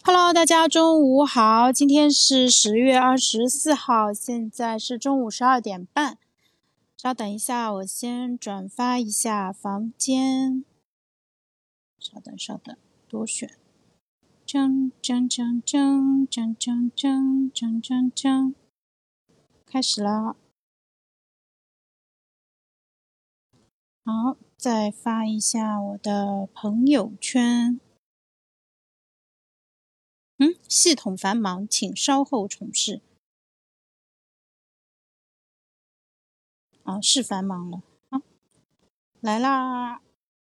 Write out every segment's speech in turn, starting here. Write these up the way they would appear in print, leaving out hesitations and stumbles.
Hello，大家中午好，今天是10月24号，现在是中午12点半。稍等一下，我先转发一下房间。稍等，多选。开始了。好，再发一下我的朋友圈。系统繁忙，请稍后重试。是繁忙了。好，来啦。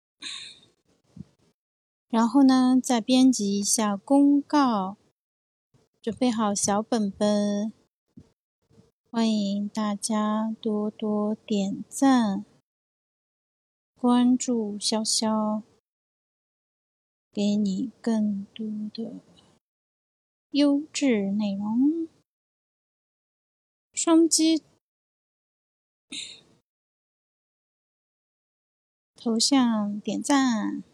然后呢，再编辑一下公告，准备好小本本。欢迎大家多多点赞、关注潇潇，给你更多的优质内容。双击头像点赞。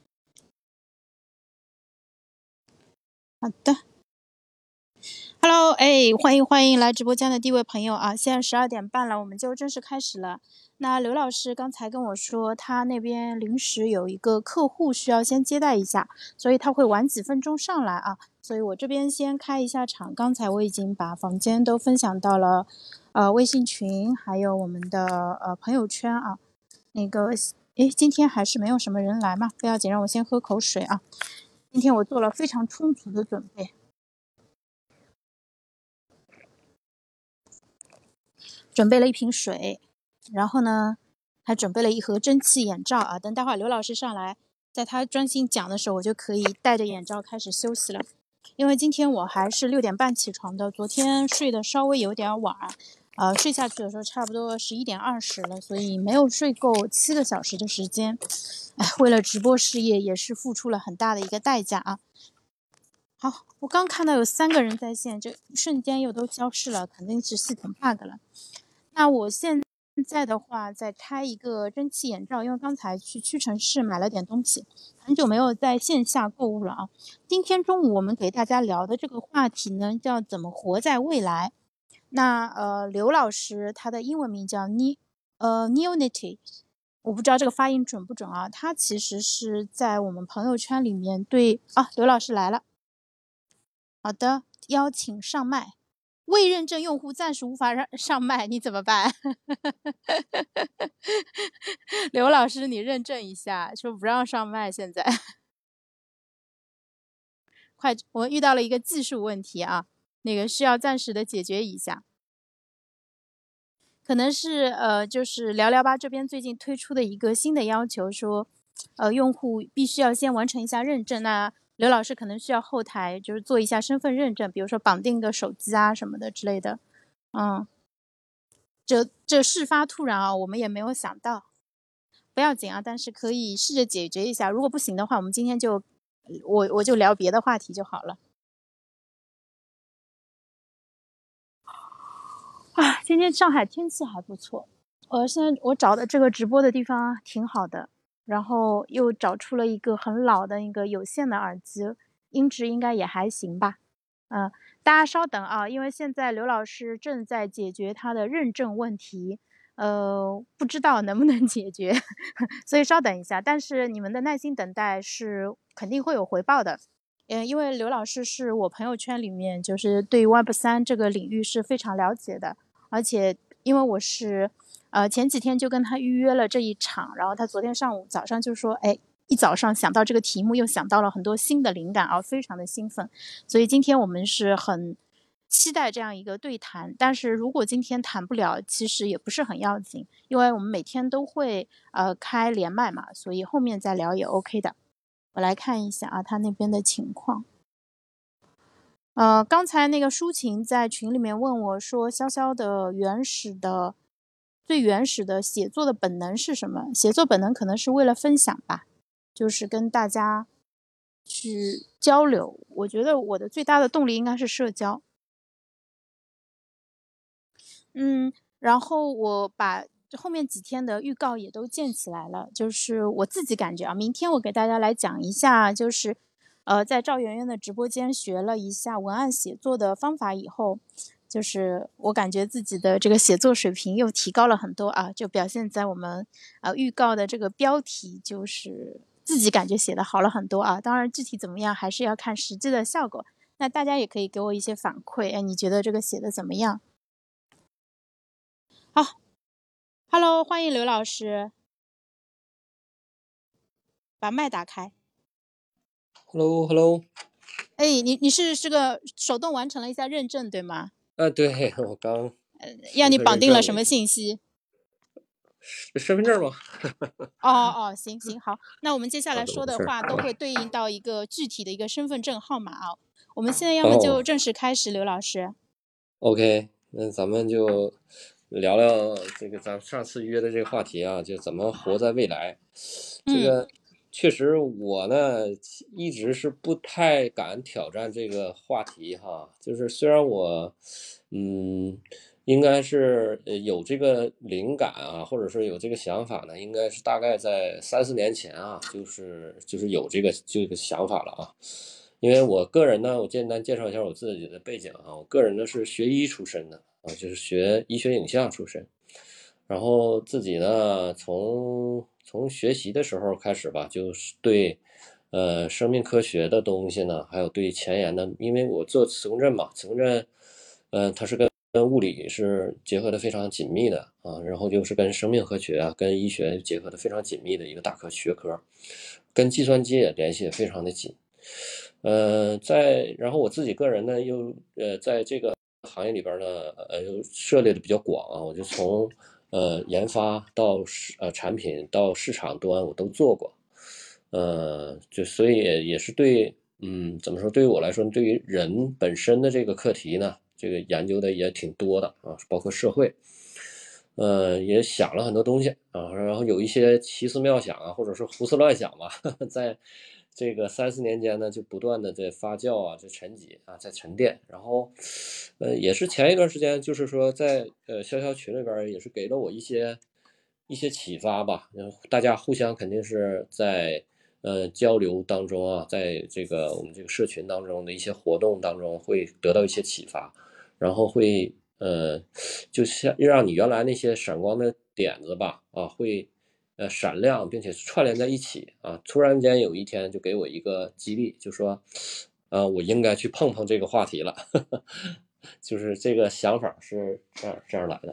好的。Hello，欢迎来直播间的第一位朋友啊！现在12点半了，我们就正式开始了。那刘老师刚才跟我说，他那边临时有一个客户需要先接待一下，所以他会晚几分钟上来啊。所以我这边先开一下场。刚才我已经把房间都分享到了微信群，还有我们的朋友圈啊。今天还是没有什么人来嘛，不要紧，让我先喝口水啊。今天我做了非常充足的准备。准备了一瓶水，然后呢，还准备了一盒蒸汽眼罩啊。等待会儿刘老师上来，在他专心讲的时候，我就可以戴着眼罩开始休息了。因为今天我还是6点半起床的，昨天睡得稍微有点晚，睡下去的时候差不多11点20了，所以没有睡够7个小时的时间。为了直播事业也是付出了很大的一个代价啊。好，我刚看到有3个人在线，这瞬间又都消失了，肯定是系统 bug 了。那我现在的话再开一个蒸汽眼罩，因为刚才去屈臣氏买了点东西，很久没有在线下购物了啊。今天中午我们给大家聊的这个话题呢，叫怎么活在未来。那刘老师他的英文名叫Neonity， 我不知道这个发音准不准啊。他其实是在我们朋友圈里面刘老师来了。好的，邀请上麦。未认证用户暂时无法上麦，你怎么办？刘老师，你认证一下，说不让上麦。现在，快，我遇到了一个技术问题啊，那个需要暂时的解决一下。可能是就是聊聊吧这边最近推出的一个新的要求，说用户必须要先完成一下认证。那刘老师可能需要后台就是做一下身份认证，比如说绑定个手机啊什么的之类的。这事发突然啊，我们也没有想到。不要紧啊，但是可以试着解决一下。如果不行的话，我们今天就我就聊别的话题就好了。今天上海天气还不错。现在我找的这个直播的地方挺好的，然后又找出了一个很老的一个有线的耳机，音质应该也还行吧。大家稍等啊，因为现在刘老师正在解决他的认证问题，不知道能不能解决，所以稍等一下。但是你们的耐心等待是肯定会有回报的。因为刘老师是我朋友圈里面就是对 Web3 这个领域是非常了解的，而且因为我是前几天就跟他预约了这一场，然后他昨天早上就说，一早上想到这个题目，又想到了很多新的灵感啊，非常的兴奋。所以今天我们是很期待这样一个对谈，但是如果今天谈不了，其实也不是很要紧，因为我们每天都会开连麦嘛，所以后面再聊也 OK 的。我来看一下啊，他那边的情况。刚才那个抒情在群里面问我说，潇潇的最原始的写作的本能是什么？写作本能可能是为了分享吧，就是跟大家去交流。我觉得我的最大的动力应该是社交。然后我把后面几天的预告也都建起来了，就是我自己感觉啊，明天我给大家来讲一下，就是在赵媛媛的直播间学了一下文案写作的方法以后，就是我感觉自己的这个写作水平又提高了很多啊，就表现在我们预告的这个标题，就是自己感觉写的好了很多啊。当然具体怎么样还是要看实际的效果。那大家也可以给我一些反馈，哎，你觉得这个写的怎么样？好 ，Hello，欢迎刘老师，把麦打开。 Hello， 哎，你是这个手动完成了一下认证对吗？ 对，我刚要你绑定了什么认证信息？ 身份证吗？ 行行好，那我们接下来怎么回事说的话都会对应到一个具体的一个身份证号码啊。我们现在要么就哦正式开始，刘老师。 ，OK，那咱们就聊聊这个咱们上次约的这个话题啊，就怎么活在未来。这嗯个确实我呢一直是不太敢挑战这个话题哈，就是虽然我应该是有这个灵感啊，或者是有这个想法呢，应该是大概在3、4年前啊，就是有这个想法了啊。因为我个人呢，我简单介绍一下我自己的背景啊，我个人呢是学医出身的啊，就是学医学影像出身，然后自己呢从学习的时候开始吧，就是对生命科学的东西呢，还有对前沿的，因为我做磁共振嘛，磁共振它是跟物理是结合的非常紧密的啊，然后就是跟生命科学啊，跟医学结合的非常紧密的一个大学科，跟计算机也联系也非常的紧。然后我自己个人呢，又在这个行业里边呢，又涉猎的比较广啊，我就从研发到产品到市场端我都做过，就所以也是对，怎么说？对于我来说，对于人本身的这个课题呢，这个研究的也挺多的啊，包括社会，也想了很多东西啊，然后有一些奇思妙想啊，或者是胡思乱想吧，在这个3、4年间呢，就不断的在发酵啊，在沉积啊，在沉淀，然后，也是前一段时间，就是说在潇潇群里边也是给了我一些启发吧，然后大家互相肯定是在交流当中啊，在这个我们这个社群当中的一些活动当中会得到一些启发，然后会就像让你原来那些闪光的点子吧，啊，会闪亮，并且串联在一起啊，突然间有一天就给我一个激励，就说，我应该去碰碰这个话题了，就是这个想法是这样来的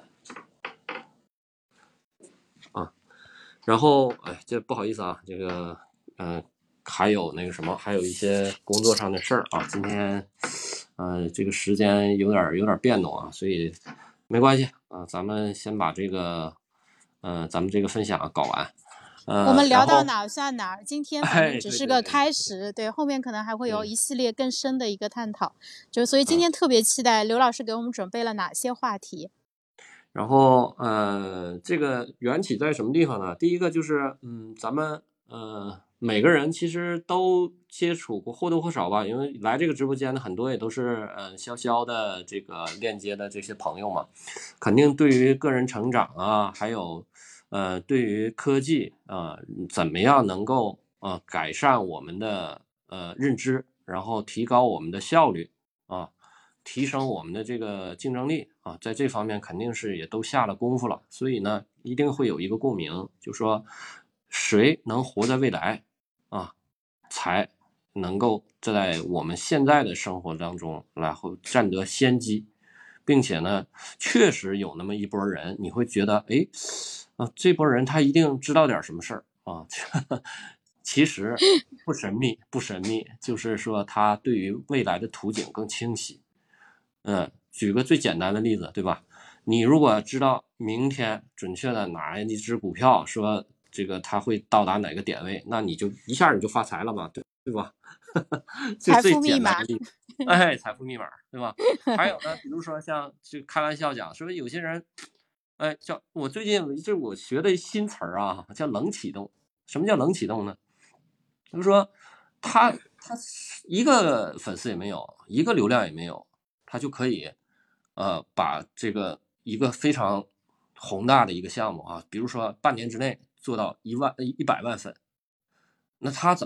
啊。然后，哎，这不好意思啊，这个，还有那个什么，还有一些工作上的事儿啊。今天，这个时间有点变动啊，所以没关系啊，咱们先把这个，咱们这个分享搞完， 我们然后， 聊到哪儿算哪儿，今天反正哎， 只是个对对对开始，对，后面可能还会有对一系列更深的一个探讨，所以今啊， 天特别期待刘老师给我们准备了哪些话题。 然后，这个缘起在什么地方呢？第一个就是，咱们每个人其实都接触过或多或少吧，因为来这个直播间的很多也都是潇潇的这个链接的这些朋友嘛，肯定对于个人成长啊，还有对于科技啊，怎么样能够改善我们的认知，然后提高我们的效率啊。提升我们的这个竞争力啊，在这方面肯定是也都下了功夫了，所以呢，一定会有一个共鸣，就说谁能活在未来啊，才能够在我们现在的生活当中然后占得先机，并且呢，确实有那么一波人，你会觉得，哎，这波人他一定知道点什么事儿啊，其实不神秘，不神秘，就是说他对于未来的图景更清晰。举个最简单的例子，对吧？你如果知道明天准确的哪一只股票说这个它会到达哪个点位，那你就一下你就发财了嘛，对吧？就财最富密码。 简单的例子，哎，财富密码，对吧？还有呢，比如说像就开玩笑讲，说有些人，哎，叫我最近这我学的新词儿啊，叫冷启动。什么叫冷启动呢？就是说他一个粉丝也没有，一个流量也没有，他就可以把这个一个非常宏大的一个项目啊，比如说半年之内做到100万粉，那他怎么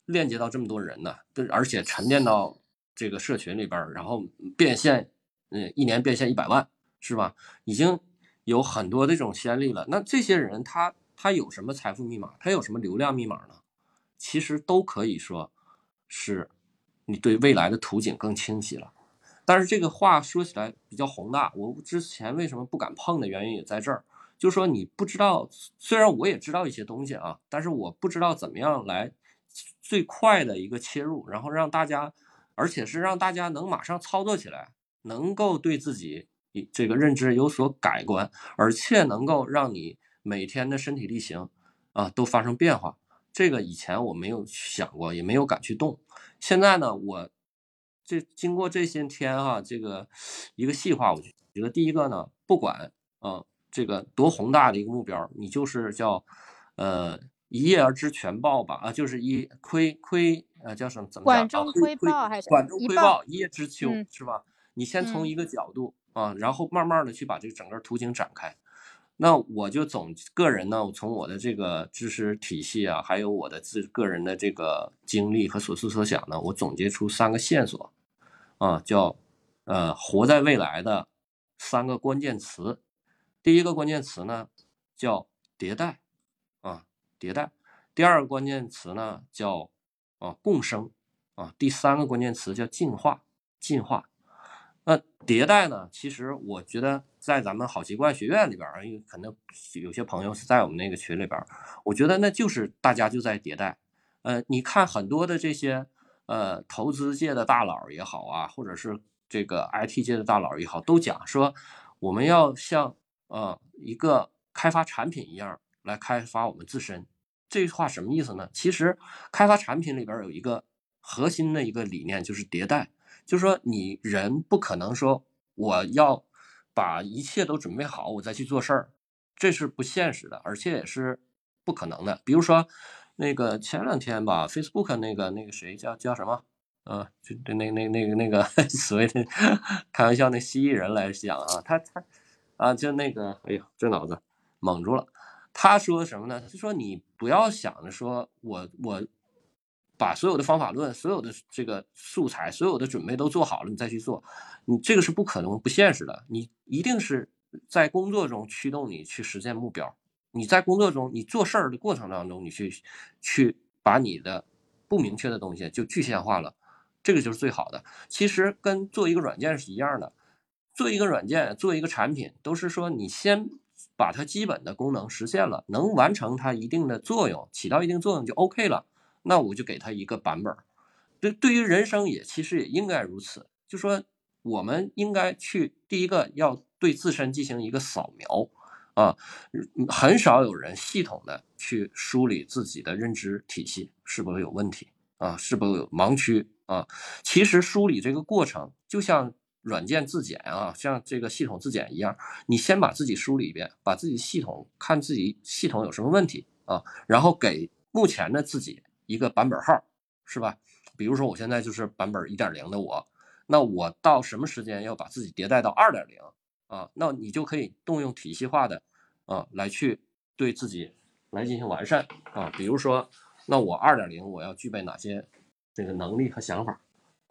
链接到这么多人呢，而且沉淀到这个社群里边，然后变现，一年变现100万，是吧？已经有很多这种先例了。那这些人他有什么财富密码？他有什么流量密码呢？其实都可以说是你对未来的图景更清晰了。但是这个话说起来比较宏大，我之前为什么不敢碰的原因也在这儿，就是说你不知道，虽然我也知道一些东西啊，但是我不知道怎么样来最快的一个切入，然后让大家，而且是让大家能马上操作起来，能够对自己这个认知有所改观，而且能够让你每天的身体力行都发生变化。这个以前我没有想过，也没有敢去动。现在呢，我经过这些天这个一个细化，我觉得第一个呢，不管这个多宏大的一个目标，你就是叫一叶而知全豹吧，就是叫什么怎么讲管中窥豹还是管中一豹？ 窥豹，一叶知秋，是吧？你先从嗯一个角度然后慢慢的去把这个整个图景展开。那我就个人呢，从我的这个知识体系还有我的个人的这个经历和所思所想呢，我总结出3个线索叫活在未来的3个关键词。第一个关键词呢叫迭代迭代。第2个关键词呢叫共生第3个关键词叫进化。那迭代呢，其实我觉得在咱们好习惯学院里边，因为可能有些朋友是在我们那个群里边，我觉得那就是大家就在迭代。你看很多的这些投资界的大佬也好或者是这个 IT 界的大佬也好，都讲说我们要像一个开发产品一样来开发我们自身。这句话什么意思呢？其实开发产品里边有一个核心的一个理念，就是迭代。就是说你人不可能说我要把一切都准备好我再去做事儿，这是不现实的，而且也是不可能的。比如说那个前2天吧 Facebook 那个谁叫什么就那个所谓的开玩笑那蜥蜴人来讲他就那个哎呀这脑子蒙住了。他说什么呢？就说你不要想着说我把所有的方法论、所有的这个素材、所有的准备都做好了，你再去做，你这个是不可能、不现实的。你一定是在工作中驱动你去实现目标。你在工作中，你做事儿的过程当中，你去把你的不明确的东西就具象化了，这个就是最好的。其实跟做一个软件是一样的，做一个软件、做一个产品，都是说你先把它基本的功能实现了，能完成它一定的作用，起到一定作用就 OK 了。那我就给他一个版本。对于人生其实也应该如此，就说我们应该第一个要对自身进行一个扫描很少有人系统的去梳理自己的认知体系是否有问题是否有盲区其实梳理这个过程就像软件自检像这个系统自检一样，你先把自己梳理一遍，把自己系统看自己系统有什么问题然后给目前的自己一个版本号，是吧？比如说我现在就是版本 1.0 的那我到什么时间要把自己迭代到 2.0那你就可以动用体系化的来去对自己来进行完善比如说那我 2.0 我要具备哪些这个能力和想法，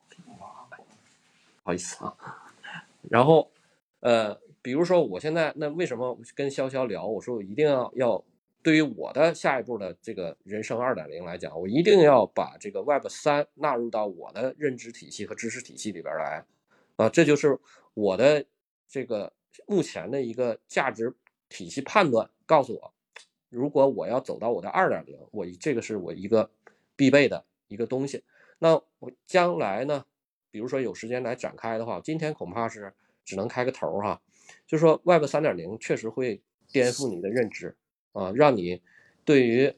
不好意思然后比如说我现在那为什么跟潇潇聊，我说我一定要对于我的下一步的这个人生 2.0 来讲，我一定要把这个 Web3 纳入到我的认知体系和知识体系里边来这就是我的这个目前的一个价值体系判断告诉我，如果我要走到我的 2.0 这个是我一个必备的一个东西。那我将来呢，比如说有时间来展开的话，今天恐怕是只能开个头就是说 Web 3.0 确实会颠覆你的认知让你对于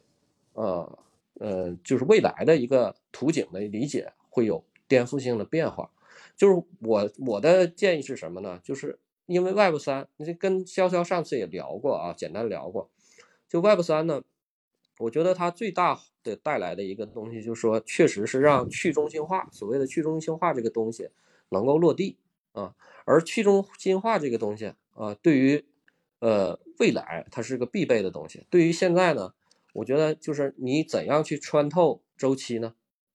就是未来的一个图景的理解会有颠覆性的变化。就是我的建议是什么呢？就是因为 Web3 跟潇潇上次也聊过简单聊过，就 Web3 呢，我觉得它最大的带来的一个东西就是说，确实是让去中心化，所谓的去中心化这个东西能够落地而去中心化这个东西对于未来它是个必备的东西。对于现在呢，我觉得就是你怎样去穿透周期呢？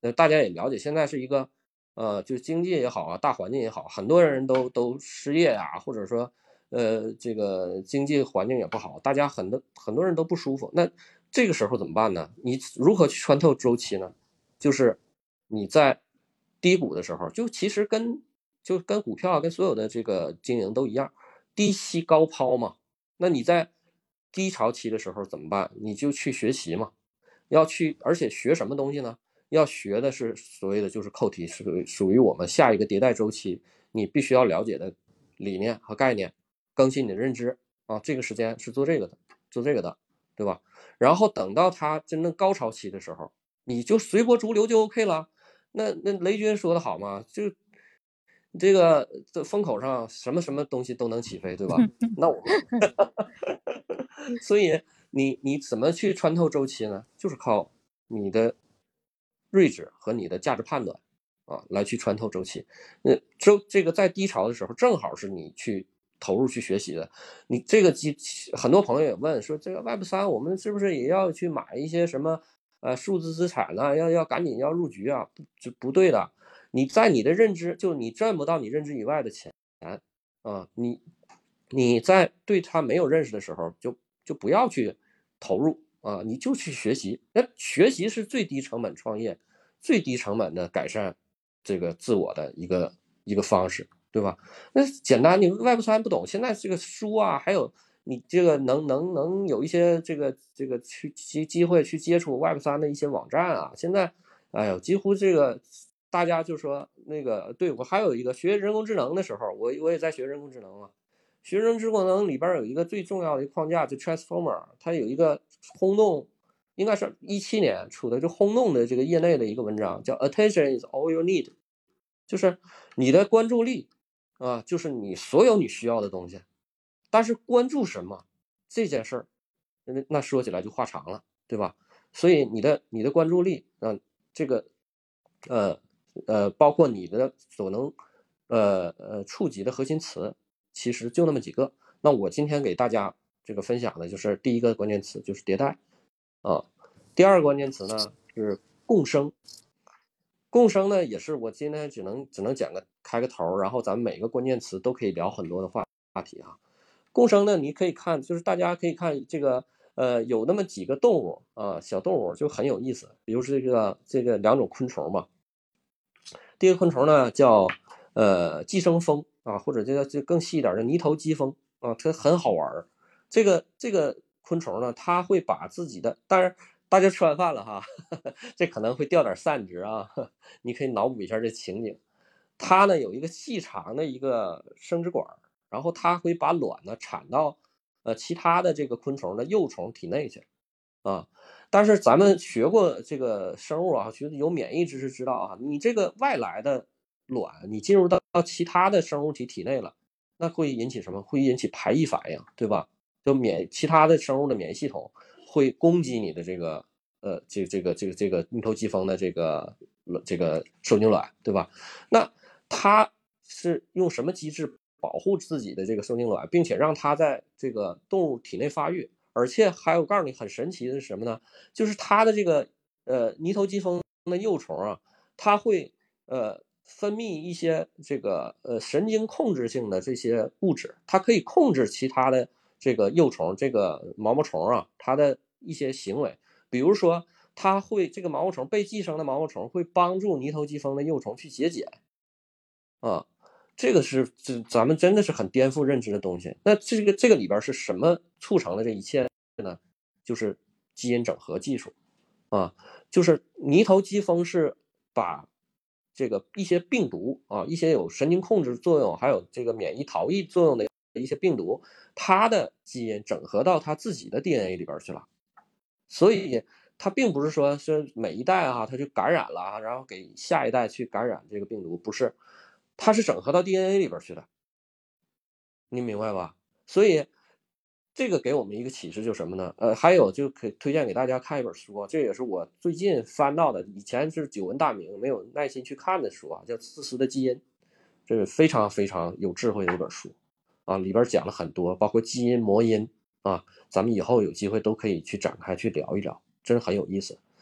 大家也了解，现在是一个就经济也好啊，大环境也好，很多人都失业啊，或者说这个经济环境也不好，大家很多人都不舒服。那这个时候怎么办呢？你如何去穿透周期呢？就是你在低谷的时候，其实跟股票跟所有的这个经营都一样，低吸高抛嘛。那你在低潮期的时候怎么办？你就去学习嘛，而且学什么东西呢？要学的是所谓的就是扣题，属于我们下一个迭代周期你必须要了解的理念和概念，更新你的认知啊。这个时间是做这个的，对吧？然后等到它真正高潮期的时候，你就随波逐流就 OK 了。那雷军说的好嘛，就这个风口上什么什么东西都能起飞，对吧？那我们所以你怎么去穿透周期呢？就是靠你的睿智和你的价值判断啊，来去穿透周期。这个在低潮的时候，正好是你去投入去学习的。你这个很多朋友也问说，这个 Web3我们是不是也要去买一些什么数字资产呢？要赶紧要入局啊？不对的。你在你的认知，就你赚不到你认知以外的钱啊，你在对它没有认识的时候，就不要去投入啊，你就去学习。那学习是最低成本创业、最低成本的改善这个自我的一个方式，对吧？那简单，你Web3不懂，现在这个书啊，还有你这个能有一些这个去机会去接触Web3的一些网站啊，现在哎呦，几乎这个大家就说那个，对，我还有一个学人工智能的时候，我也在学人工智能嘛。学人工智能里边有一个最重要的一个框架，就 Transformer，它有一个轰动，应该是17年出的，就轰动的这个业内的一个文章，叫 Attention is all you need，就是你的关注力啊，就是你所有你需要的东西。但是关注什么这件事儿，那说起来就话长了，对吧？所以你的关注力这个包括你的所能触及的核心词，其实就那么几个。那我今天给大家这个分享的就是第一个关键词就是迭代啊，第二个关键词呢是共生。共生呢也是我今天只能开个头，然后咱们每个关键词都可以聊很多的话题啊。共生呢，你可以看，就是大家可以看这个有那么几个动物啊，小动物就很有意思，比如说这个两种昆虫嘛。第一个昆虫呢叫寄生蜂啊，或者就更细一点的泥头鸡蜂啊，它很好玩。这个昆虫呢，它会把自己的，当然大家吃完饭了哈，这可能会掉点散值啊，你可以脑补一下这情景。它呢有一个细长的一个生殖管，然后它会把卵呢产到其他的这个昆虫的幼虫体内去啊。但是咱们学过这个生物啊，学有免疫知识知道啊，你这个外来的卵，你进入到其他的生物体体内了，那会引起什么？会引起排异反应，对吧？就其他的生物的免疫系统会攻击你的这个这个蜜头肌蜂的这个受精卵，对吧？那它是用什么机制保护自己的这个受精卵，并且让它在这个动物体内发育？而且还有告诉你很神奇的是什么呢？就是它的这个泥头肌蜂的幼虫啊，它会分泌一些这个神经控制性的这些物质，它可以控制其他的这个幼虫这个毛毛虫啊它的一些行为，比如说它会这个毛毛虫被寄生的毛毛虫会帮助泥头肌蜂的幼虫去结茧啊。这个是咱们真的是很颠覆认知的东西。那这个里边是什么促成了这一切呢？就是基因整合技术啊，就是泥头肌蜂是把这个一些病毒啊，一些有神经控制作用，还有这个免疫逃逸作用的一些病毒，它的基因整合到它自己的 DNA 里边去了。所以它并不是说是每一代啊，它就感染了，然后给下一代去感染这个病毒，不是，它是整合到 DNA 里边去的，你明白吧？所以这个给我们一个启示就是什么呢？还有就可以推荐给大家看一本书啊，这也是我最近翻到的，以前是久闻大名，没有耐心去看的书啊，叫《自私的基因》，这是非常非常有智慧的一本书啊，里边讲了很多，包括基因、魔音啊，咱们以后有机会都可以去展开去聊一聊，真是很有意思。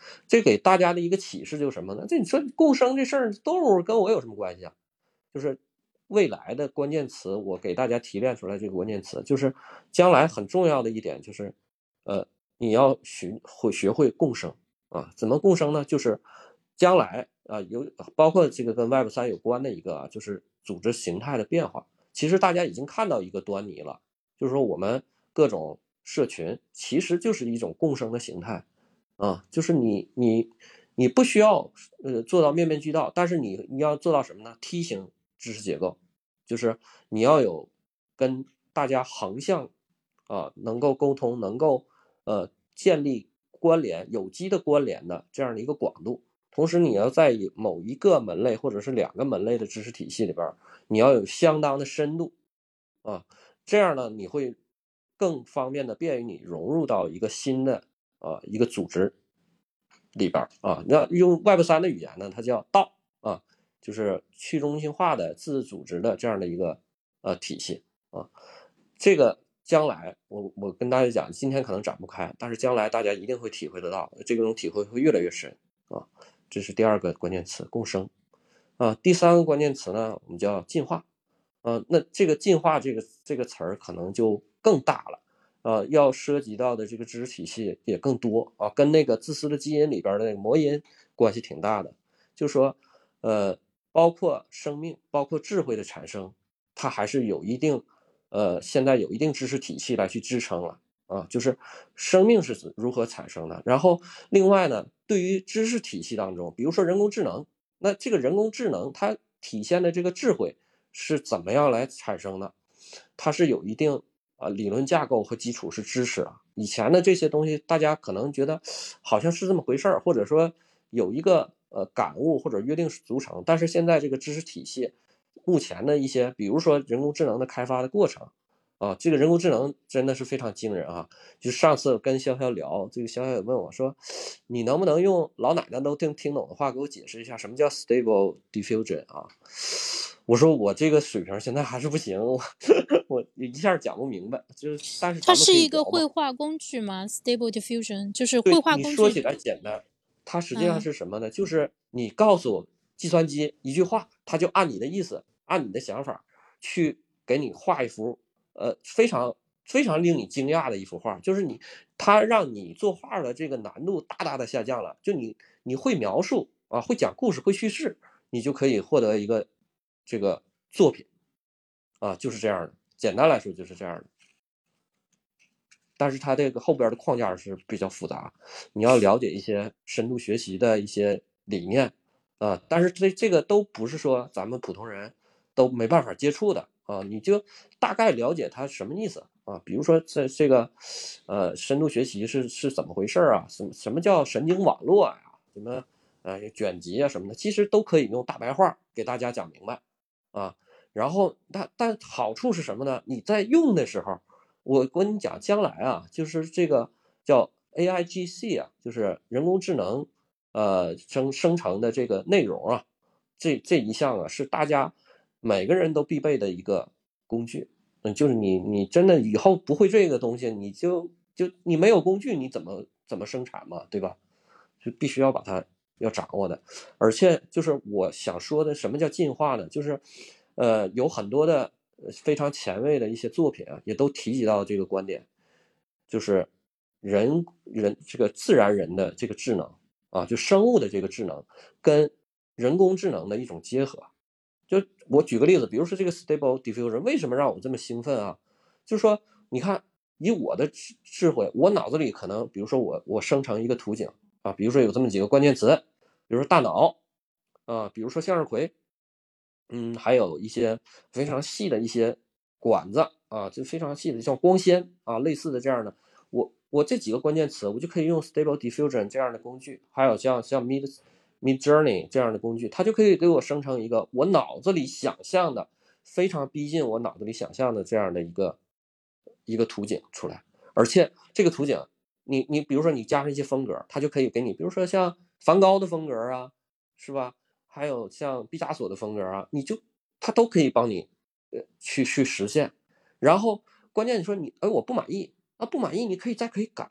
这给大家的一个启示就是什么呢？这你说共生这事儿，动物跟我有什么关系啊？就是未来的关键词，我给大家提炼出来这个关键词，就是将来很重要的一点就是，你要学会共生啊。怎么共生呢？就是将来啊，包括这个跟 Web3有关的一个啊，就是组织形态的变化。其实大家已经看到一个端倪了，就是说我们各种社群其实就是一种共生的形态啊，就是你不需要做到面面俱到，但是你要做到什么呢？梯形知识结构，就是你要有跟大家横向啊能够沟通，能够建立关联有机的关联的这样的一个广度。同时，你要在某一个门类或者是两个门类的知识体系里边，你要有相当的深度啊，这样呢，你会更方便的便于你融入到一个新的一个组织里边啊。那用 Web3的语言呢，它叫道啊，就是去中心化的自组织的这样的一个体系啊。这个将来我跟大家讲，今天可能展不开，但是将来大家一定会体会得到，这种体会会越来越深啊。这是第二个关键词，共生啊。第三个关键词呢，我们叫进化。那这个进化这个词儿可能就更大了，要涉及到的这个知识体系也更多啊，跟那个自私的基因里边的那个魔音关系挺大的。就说，包括生命，包括智慧的产生，它还是有一定，现在有一定知识体系来去支撑了啊。就是生命是如何产生的，然后另外呢，对于知识体系当中，比如说人工智能，那这个人工智能它体现的这个智慧是怎么样来产生的？它是有一定理论架构和基础是支持啊。以前的这些东西，大家可能觉得好像是这么回事儿，或者说有一个感悟或者约定俗成，但是现在这个知识体系，目前的一些，比如说人工智能的开发的过程啊，这个人工智能真的是非常惊人啊！就上次跟潇潇聊，这个潇潇也问我说，你能不能用老奶奶都听懂的话给我解释一下什么叫 Stable Diffusion 啊？我说我这个水平现在还是不行，我一下讲不明白，就是但是咱们它是一可以聊嘛。 个绘画工具吗？Stable Diffusion 就是绘对， 画工具。 你说起来简单，它实际上嗯， 是什么呢？就是你告诉计算机一句话，它就按你的意思，按你的想法去给你画一幅，非常非常令你惊讶的一幅画。就是它让你作画的这个难度大大的下降了。就你会描述啊，会讲故事，会叙事，你就可以获得一个这个作品啊，就是这样的。简单来说就是这样的。但是它这个后边的框架是比较复杂，你要了解一些深度学习的一些理念啊。但是这个都不是说咱们普通人都没办法接触的啊。你就大概了解它什么意思啊。比如说这个深度学习是怎么回事啊？什么叫神经网络呀？什么卷积啊什么的，其实都可以用大白话给大家讲明白啊。然后但好处是什么呢？你在用的时候。我跟你讲，将来啊，就是这个叫 AIGC 啊，就是人工智能，生成的这个内容啊，这一项啊，是大家每个人都必备的一个工具。就是你真的以后不会这个东西，你没有工具，你怎么生产嘛，对吧？就必须要把它要掌握的。而且就是我想说的，什么叫进化呢？就是有很多的非常前卫的一些作品啊，也都提及到这个观点，就是人这个自然人的这个智能啊，就生物的这个智能跟人工智能的一种结合。就我举个例子，比如说这个 Stable Diffusion 为什么让我这么兴奋啊？就是说，你看，以我的智慧，我脑子里可能，比如说我生成一个图景啊，比如说有这么几个关键词，比如说大脑啊，比如说向日葵，还有一些非常细的一些管子啊，就非常细的像光纤啊，类似的这样的，我这几个关键词，我就可以用 Stable Diffusion 这样的工具，还有像 Midjourney 这样的工具，它就可以给我生成一个我脑子里想象的非常逼近我脑子里想象的这样的一个图景出来。而且这个图景，你比如说你加上一些风格，它就可以给你，比如说像梵高的风格啊，是吧？还有像毕加索的风格啊，它都可以帮你去实现。然后关键你说我不满意啊，不满意你可以改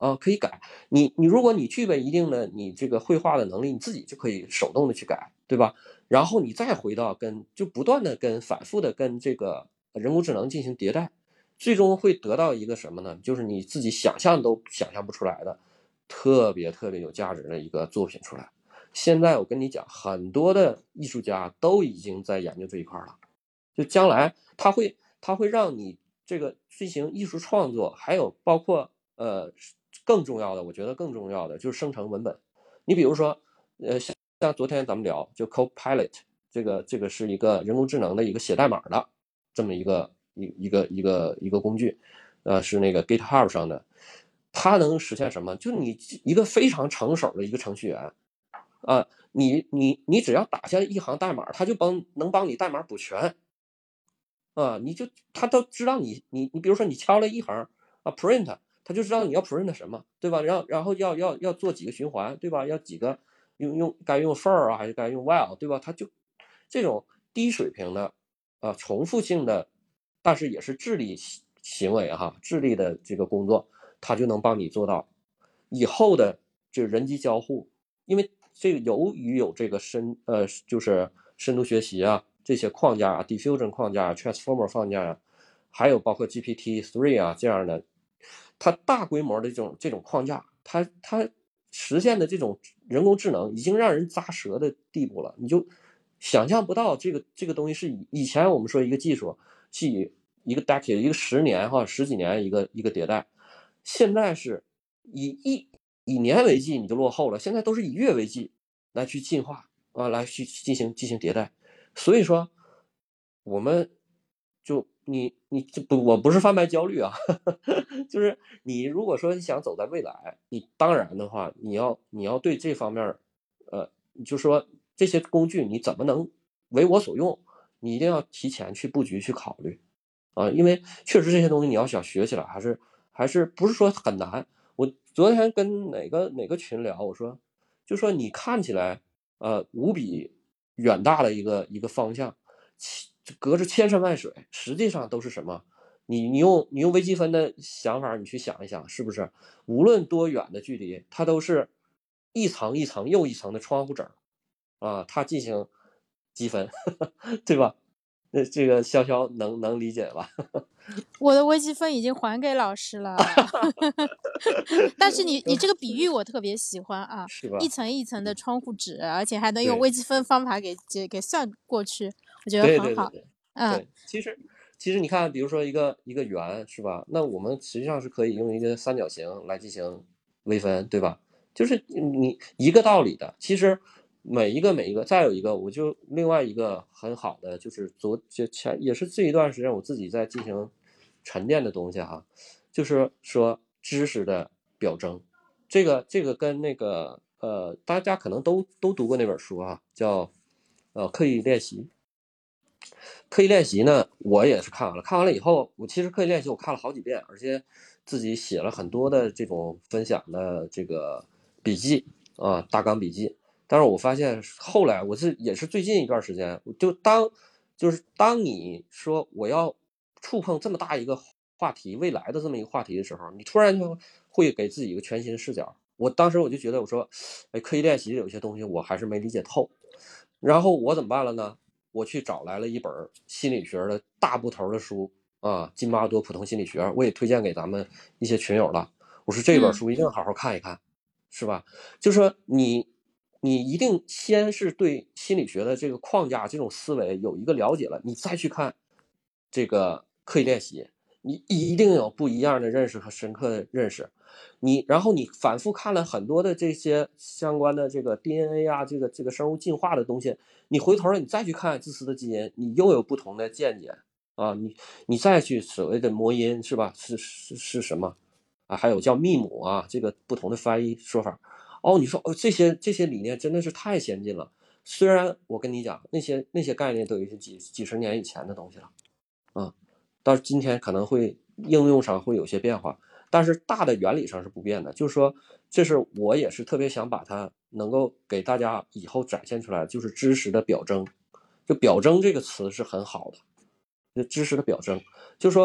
啊，可以改。你如果你具备一定的你这个绘画的能力，你自己就可以手动的去改，对吧？然后你再回到就不断的反复的跟这个人工智能进行迭代，最终会得到一个什么呢？就是你自己想象都想象不出来的，特别特别有价值的一个作品出来。现在我跟你讲，很多的艺术家都已经在研究这一块了。就将来它会让你这个进行艺术创作，还有包括更重要的，我觉得更重要的就是生成文本。你比如说像昨天咱们聊就 Copilot，这个是一个人工智能的一个写代码的这么一个工具，是那个 GitHub 上的。它能实现什么？就你一个非常成熟的一个程序员啊，你只要打下一行代码，它就能帮你代码补全啊，他都知道你比如说你敲了一行啊 print，他就知道你要 print 什么，对吧？然后要做几个循环，对吧？要几个该用 for 啊，还是该用 while，对吧？他就这种低水平的重复性的，但是也是智力行为哈，智力的这个工作，他就能帮你做到以后的这个人机交互，因为这个由于有这个就是深度学习啊这些框架啊 ，diffusion 框架、transformer 框架啊，还有包括 GPT-3啊这样的，它大规模的这种框架，它实现的这种人工智能已经让人咂舌的地步了，你就想象不到这个东西是以前我们说一个技术是以一个 decade 一个10年哈十几年一个迭代，现在是以年为计你就落后了，现在都是以月为计来去进化啊，来去进行迭代。所以说，我们就你这不，我不是贩卖焦虑啊，就是你如果说你想走在未来，你当然的话，你要对这方面你就说这些工具你怎么能为我所用，你一定要提前去布局去考虑啊，因为确实这些东西你要想学起来，还是不是说很难。我昨天跟哪个群聊，我说，就说你看起来无比远大的一个方向，隔着千山万水，实际上都是什么？你用微积分的想法，你去想一想，是不是？无论多远的距离，它都是一层一层又一层的窗户纸啊，它进行积分，对吧？那这个潇潇能理解吧？ 我的微积分已经还给老师了，但是你这个比喻我特别喜欢啊， 是吧？ 一层一层的窗户纸，而且还能用对。 微积分方法给算过去，我觉得很好。 对对对对嗯， 对，其实你看，比如说一个圆是吧？那我们实际上是可以用一个三角形来进行微分，对吧？就是你一个道理的。其实每一个，再有一个，我就另外一个很好的，就是也是这一段时间我自己在进行沉淀的东西哈，就是说知识的表征。这个跟那个大家可能都读过那本书啊，叫刻意练习。刻意练习呢，我也是看完了。看完了以后，我其实刻意练习我看了好几遍，而且自己写了很多的这种分享的这个笔记啊，大纲笔记。但是我发现后来也是最近一段时间，当你说我要触碰这么大一个话题，未来的这么一个话题的时候，你突然就会给自己一个全新的视角。我当时我就觉得，我说，哎，刻意练习有些东西我还是没理解透。然后我怎么办了呢？我去找来了一本心理学的大部头的书啊，《津巴多普通心理学》，我也推荐给咱们一些群友了。我说这本嗯。 书一定好好看一看，是吧？就是说你一定先是对心理学的这个框架、这种思维有一个了解了，你再去看这个刻意练习，你一定有不一样的认识和深刻的认识。然后你反复看了很多的这些相关的这个 DNA 啊，这个生物进化的东西，你回头了你再去看自私的基因，你又有不同的见解啊，你再去所谓的魔音是吧？是什么啊？还有叫密母啊，这个不同的翻译说法。哦，你说哦，这些理念真的是太先进了。虽然我跟你讲，那些概念都已经几十年以前的东西了，啊，到今天可能会应用上会有些变化，但是大的原理上是不变的。就是说，这是我也是特别想把它能够给大家以后展现出来，就是知识的表征。就表征这个词是很好的，就知识的表征，就是说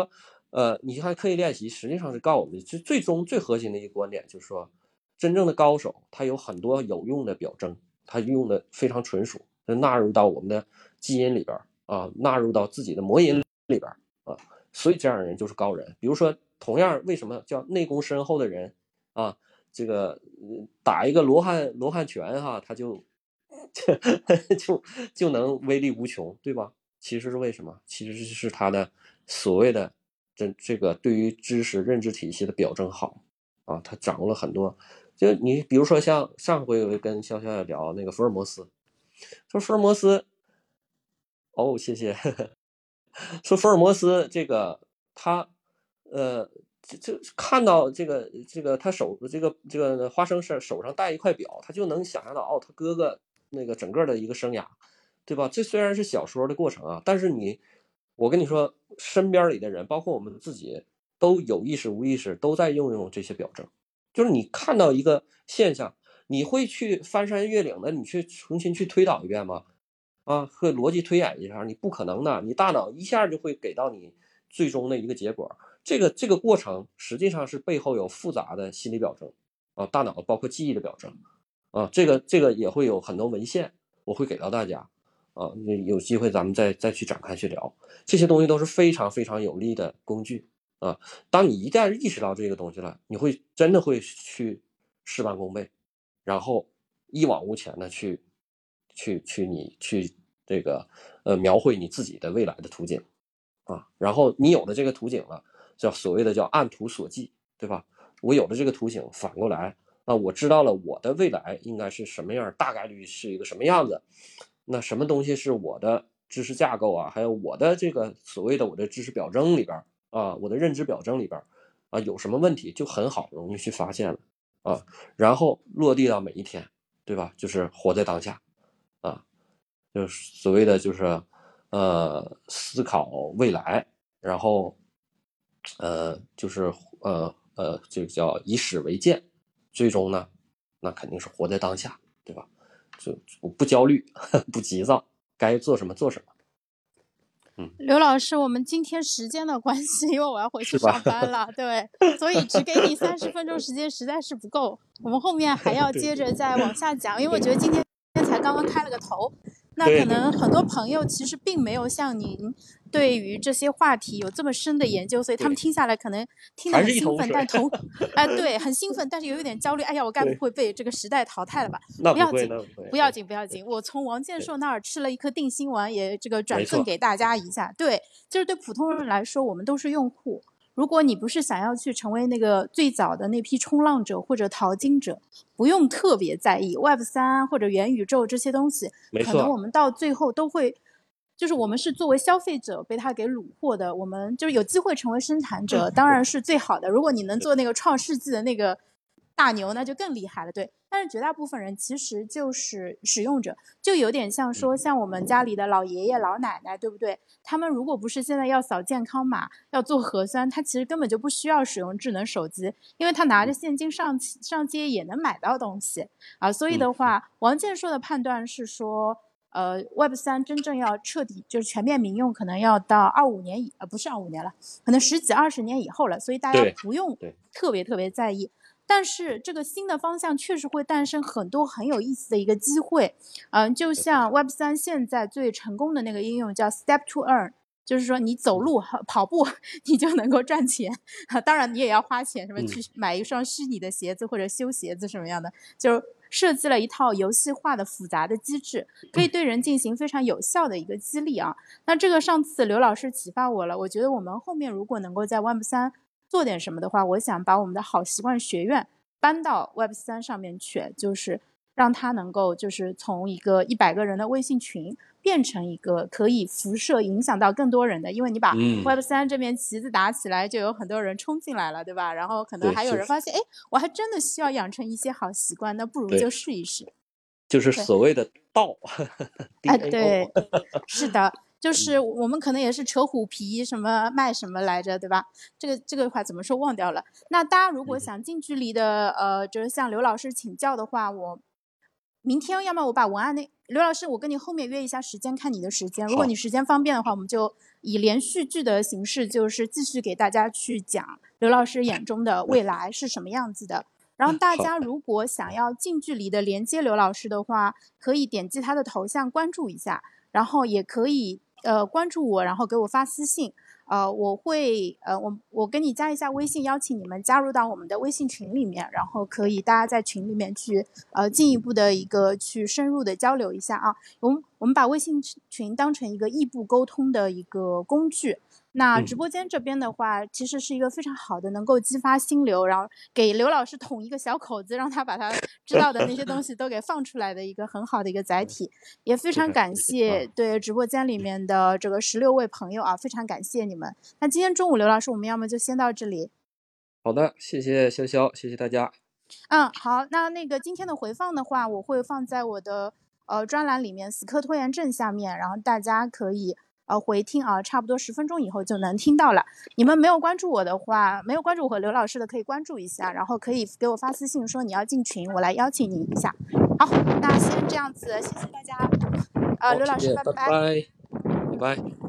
你看刻意练习实际上是告诉我们，最终最核心的一个观点就是说，真正的高手他有很多有用的表征，他用的非常纯熟，纳入到我们的基因里边啊，纳入到自己的魔音里边啊，所以这样的人就是高人。比如说，同样为什么叫内功深厚的人啊，这个打一个罗汉拳哈，他就就能威力无穷，对吧？其实是为什么？其实是他的所谓的这个对于知识认知体系的表征好啊，他掌握了很多。就你比如说像上回我跟潇潇也聊那个福尔摩斯，说福尔摩斯，哦，谢谢，说福尔摩斯这个他这看到这个他这个花生是手上戴一块表，他就能想象到哦，他哥哥那个整个的一个生涯，对吧？这虽然是小说的过程啊，但是我跟你说，身边里的人，包括我们自己，都有意识无意识都在运用这些表征。就是你看到一个现象，你会去翻山越岭的，你去重新去推导一遍吗？啊，和逻辑推演一下，你不可能的，你大脑一下就会给到你最终的一个结果。这个过程实际上是背后有复杂的心理表征啊，大脑包括记忆的表征啊，这个也会有很多文献，我会给到大家啊，有机会咱们再去展开去聊，这些东西都是非常非常有力的工具啊。当你一旦意识到这个东西了，你会真的会去事半功倍，然后一往无前的去这个描绘你自己的未来的图景啊，然后你有了这个图景了，叫所谓的叫按图索骥，对吧？我有了这个图景，反过来啊，我知道了我的未来应该是什么样，大概率是一个什么样子，那什么东西是我的知识架构啊，还有我的这个所谓的我的知识表征里边啊，我的认知表征里边啊，有什么问题就很好容易去发现了啊，然后落地到每一天，对吧？就是活在当下啊，就是所谓的就是思考未来，然后就是这个叫以史为鉴，最终呢，那肯定是活在当下，对吧？就不焦虑，不急躁，该做什么做什么。 刘老师，我们今天时间的关系，因为我要回去是吧？ 上班了，对，所以只给你30分钟时间实在是不够，我们后面还要接着再往下讲，因为我觉得今天才刚刚开了个头，那可能很多朋友其实并没有像您对于这些话题有这么深的研究，所以他们听下来可能听得很兴奋，但对，很兴奋，但是有一点焦虑。哎呀，我该不会被这个时代淘汰了吧？不要紧，不要紧，不要紧。我从王建硕那儿吃了一颗定心丸，也这个转赠给大家一下。对，就是对普通人来说，我们都是用户。如果你不是想要去成为那个最早的那批冲浪者或者淘金者，不用特别在意 Web3 或者元宇宙这些东西，可能我们到最后都会，就是我们是作为消费者被他给虏获的，我们就有机会成为生产者，当然是最好的。如果你能做那个创世纪的那个大牛，那就更厉害了，对。但是绝大部分人其实就是使用者，就有点像说，像我们家里的老爷爷老奶奶，对不对？他们如果不是现在要扫健康码、要做核酸，他其实根本就不需要使用智能手机，因为他拿着现金上街也能买到东西啊。所以的话，王建硕的判断是说。Web3 真正要彻底就是全面民用，可能要到25年不是25年了，可能10几20年以后了，所以大家不用特别特别在意。但是这个新的方向确实会诞生很多很有意思的一个机会，就像 Web3 现在最成功的那个应用叫 Step to Earn， 就是说你走路跑步你就能够赚钱，当然你也要花钱，什么去买一双虚拟的鞋子或者修鞋子什么样的，就设计了一套游戏化的复杂的机制，可以对人进行非常有效的一个激励啊。那这个上次刘老师启发我了，我觉得我们后面如果能够在 Web3 做点什么的话，我想把我们的好习惯学院搬到 Web3 上面去，就是让它能够就是从一个100个人的微信群变成一个可以辐射影响到更多人的，因为你把 Web3 这边旗子打起来，就有很多人冲进来了，对吧？然后可能还有人发现，哎，我还真的需要养成一些好习惯，那不如就试一试。 就是所谓的道。 对，是的。就是我们可能也是扯虎皮什么卖什么来着，对吧？这个话怎么说忘掉了。那大家如果想近距离的就是向刘老师请教的话， 明天要么我把文案刘老师，我跟你后面约一下时间，看你的时间。如果你时间方便的话，我们就以连续剧的形式，就是继续给大家去讲刘老师眼中的未来是什么样子的。然后大家如果想要近距离的连接刘老师的话，可以点击他的头像关注一下，然后也可以关注我，然后给我发私信。我会我跟你加一下微信，邀请你们加入到我们的微信群里面，然后可以大家在群里面去进一步的一个去深入的交流一下啊。我们把微信群当成一个异步沟通的一个工具。那直播间这边的话，其实是一个非常好的能够激发心流，然后给刘老师捅一个小口子，让他把他知道的那些东西都给放出来的一个很好的一个载体。也非常感谢对直播间里面的这个16位朋友啊，非常感谢你们。那今天中午刘老师，我们要么就先到这里。 好的，谢谢潇潇，谢谢大家。 好，那个今天的回放的话，我会放在我的专栏里面，死磕拖延症下面，然后大家可以回听啊，差不多10分钟以后就能听到了。你们没有关注我的话，没有关注我和刘老师的可以关注一下，然后可以给我发私信说你要进群，我来邀请你一下。好，那先这样子，谢谢大家。刘老师，拜拜。 拜拜。